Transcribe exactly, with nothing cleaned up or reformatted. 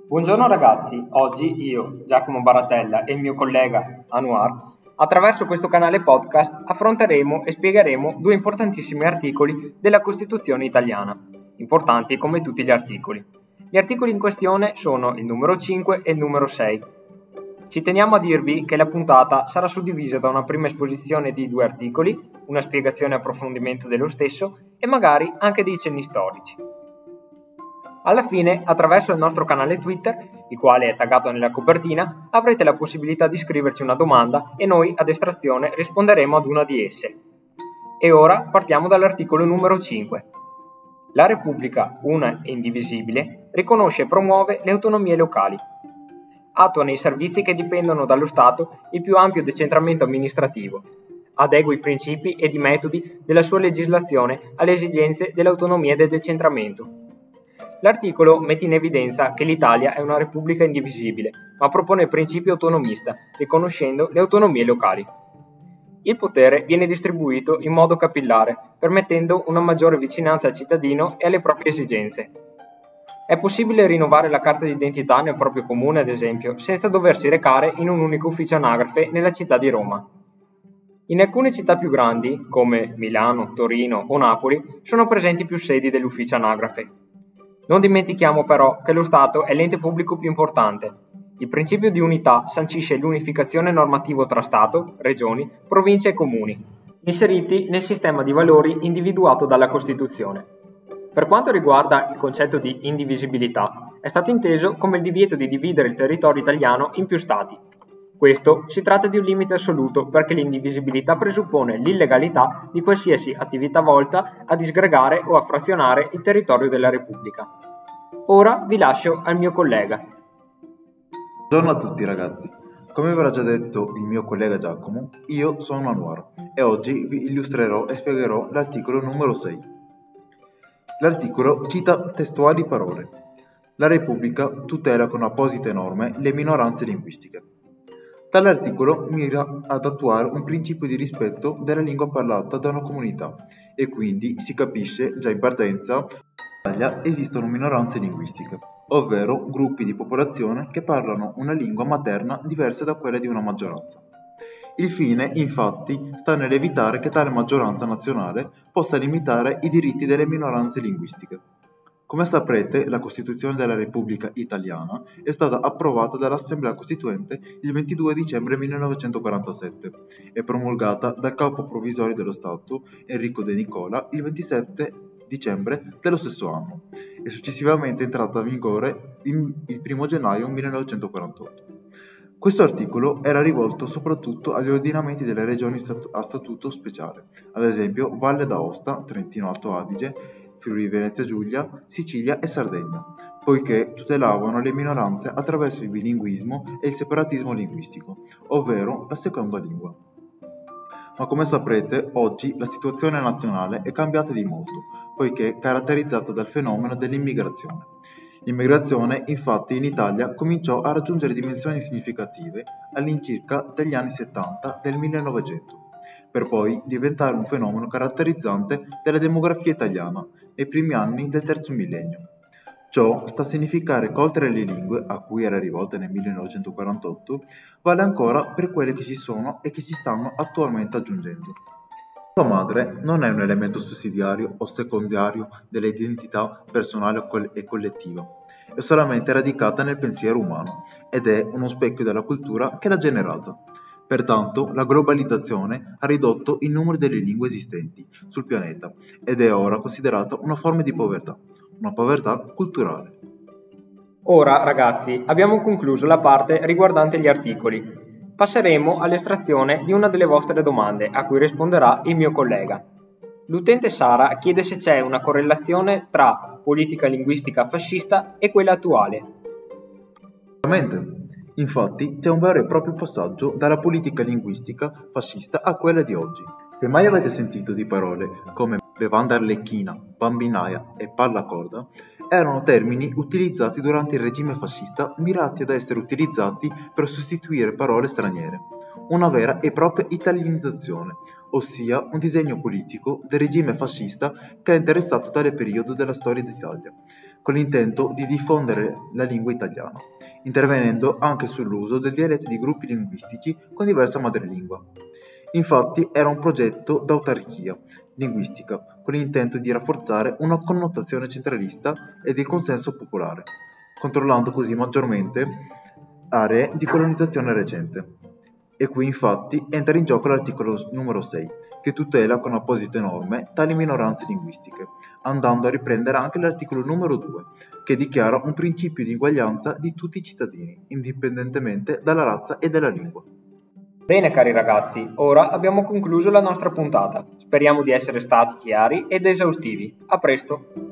Buongiorno ragazzi, oggi io, Giacomo Baratella e il mio collega Anwar, attraverso questo canale podcast affronteremo e spiegheremo due importantissimi articoli della Costituzione italiana, importanti come tutti gli articoli. Gli articoli in questione sono il numero cinque e il numero sei. Ci teniamo a dirvi che la puntata sarà suddivisa da una prima esposizione di due articoli, una spiegazione e approfondimento dello stesso e magari anche dei cenni storici. Alla fine, attraverso il nostro canale Twitter, il quale è taggato nella copertina, avrete la possibilità di scriverci una domanda e noi ad estrazione risponderemo ad una di esse. E ora partiamo dall'articolo numero cinque. La Repubblica, una e indivisibile, riconosce e promuove le autonomie locali. Attua nei servizi che dipendono dallo Stato il più ampio decentramento amministrativo. Adegua i principi ed i metodi della sua legislazione alle esigenze dell'autonomia e del decentramento. L'articolo mette in evidenza che l'Italia è una repubblica indivisibile, ma propone il principio autonomista, riconoscendo le autonomie locali. Il potere viene distribuito in modo capillare, permettendo una maggiore vicinanza al cittadino e alle proprie esigenze. È possibile rinnovare la carta d'identità nel proprio comune, ad esempio, senza doversi recare in un unico ufficio anagrafe nella città di Roma. In alcune città più grandi, come Milano, Torino o Napoli, sono presenti più sedi dell'ufficio anagrafe. Non dimentichiamo però che lo Stato è l'ente pubblico più importante. Il principio di unità sancisce l'unificazione normativa tra Stato, regioni, province e comuni, inseriti nel sistema di valori individuato dalla Costituzione. Per quanto riguarda il concetto di indivisibilità, è stato inteso come il divieto di dividere il territorio italiano in più Stati. Questo si tratta di un limite assoluto perché l'indivisibilità presuppone l'illegalità di qualsiasi attività volta a disgregare o a frazionare il territorio della Repubblica. Ora vi lascio al mio collega. Buongiorno a tutti ragazzi, come avrà già detto il mio collega Giacomo, io sono Anwar e oggi vi illustrerò e spiegherò l'articolo numero sei. L'articolo cita testuali parole. La Repubblica tutela con apposite norme le minoranze linguistiche. Tale articolo mira ad attuare un principio di rispetto della lingua parlata da una comunità e quindi si capisce già in partenza che in Italia esistono minoranze linguistiche, ovvero gruppi di popolazione che parlano una lingua materna diversa da quella di una maggioranza. Il fine, infatti, sta nell'evitare che tale maggioranza nazionale possa limitare i diritti delle minoranze linguistiche. Come saprete, la Costituzione della Repubblica Italiana è stata approvata dall'Assemblea Costituente il ventidue dicembre millenovecentoquarantasette e promulgata dal Capo Provvisorio dello Stato, Enrico De Nicola, il ventisette dicembre dello stesso anno e successivamente entrata in vigore in, il primo gennaio millenovecentoquarantotto. Questo articolo era rivolto soprattutto agli ordinamenti delle regioni a statuto speciale, ad esempio Valle d'Aosta, Trentino Alto Adige, Friuli Venezia Giulia, Sicilia e Sardegna, poiché tutelavano le minoranze attraverso il bilinguismo e il separatismo linguistico, ovvero la seconda lingua. Ma come saprete, oggi la situazione nazionale è cambiata di molto, poiché è caratterizzata dal fenomeno dell'immigrazione. L'immigrazione, infatti, in Italia cominciò a raggiungere dimensioni significative all'incirca degli anni settanta del millenovecento, per poi diventare un fenomeno caratterizzante della demografia italiana nei primi anni del terzo millennio. Ciò sta a significare che oltre alle lingue a cui era rivolta nel millenovecentoquarantotto, vale ancora per quelle che si sono e che si stanno attualmente aggiungendo. La lingua madre non è un elemento sussidiario o secondario dell'identità personale e collettiva, è solamente radicata nel pensiero umano ed è uno specchio della cultura che l'ha generata. Pertanto, la globalizzazione ha ridotto il numero delle lingue esistenti sul pianeta ed è ora considerata una forma di povertà, una povertà culturale. Ora, ragazzi, abbiamo concluso la parte riguardante gli articoli. Passeremo all'estrazione di una delle vostre domande, a cui risponderà il mio collega. L'utente Sara chiede se c'è una correlazione tra politica linguistica fascista e quella attuale. Veramente. Infatti c'è un vero e proprio passaggio dalla politica linguistica fascista a quella di oggi. Se mai avete sentito di parole come bevanda arlecchina, bambinaia e pallacorda, erano termini utilizzati durante il regime fascista mirati ad essere utilizzati per sostituire parole straniere. Una vera e propria italianizzazione, ossia un disegno politico del regime fascista che ha interessato tale periodo della storia d'Italia. con l'intento di diffondere la lingua italiana, intervenendo anche sull'uso del dialetto di gruppi linguistici con diversa madrelingua. Infatti era un progetto d'autarchia linguistica, con l'intento di rafforzare una connotazione centralista e del consenso popolare, controllando così maggiormente aree di colonizzazione recente. E qui infatti entra in gioco l'articolo numero sei, che tutela con apposite norme tali minoranze linguistiche, andando a riprendere anche l'articolo numero due, che dichiara un principio di uguaglianza di tutti i cittadini, indipendentemente dalla razza e dalla lingua. Bene cari ragazzi, ora abbiamo concluso la nostra puntata. Speriamo di essere stati chiari ed esaustivi. A presto!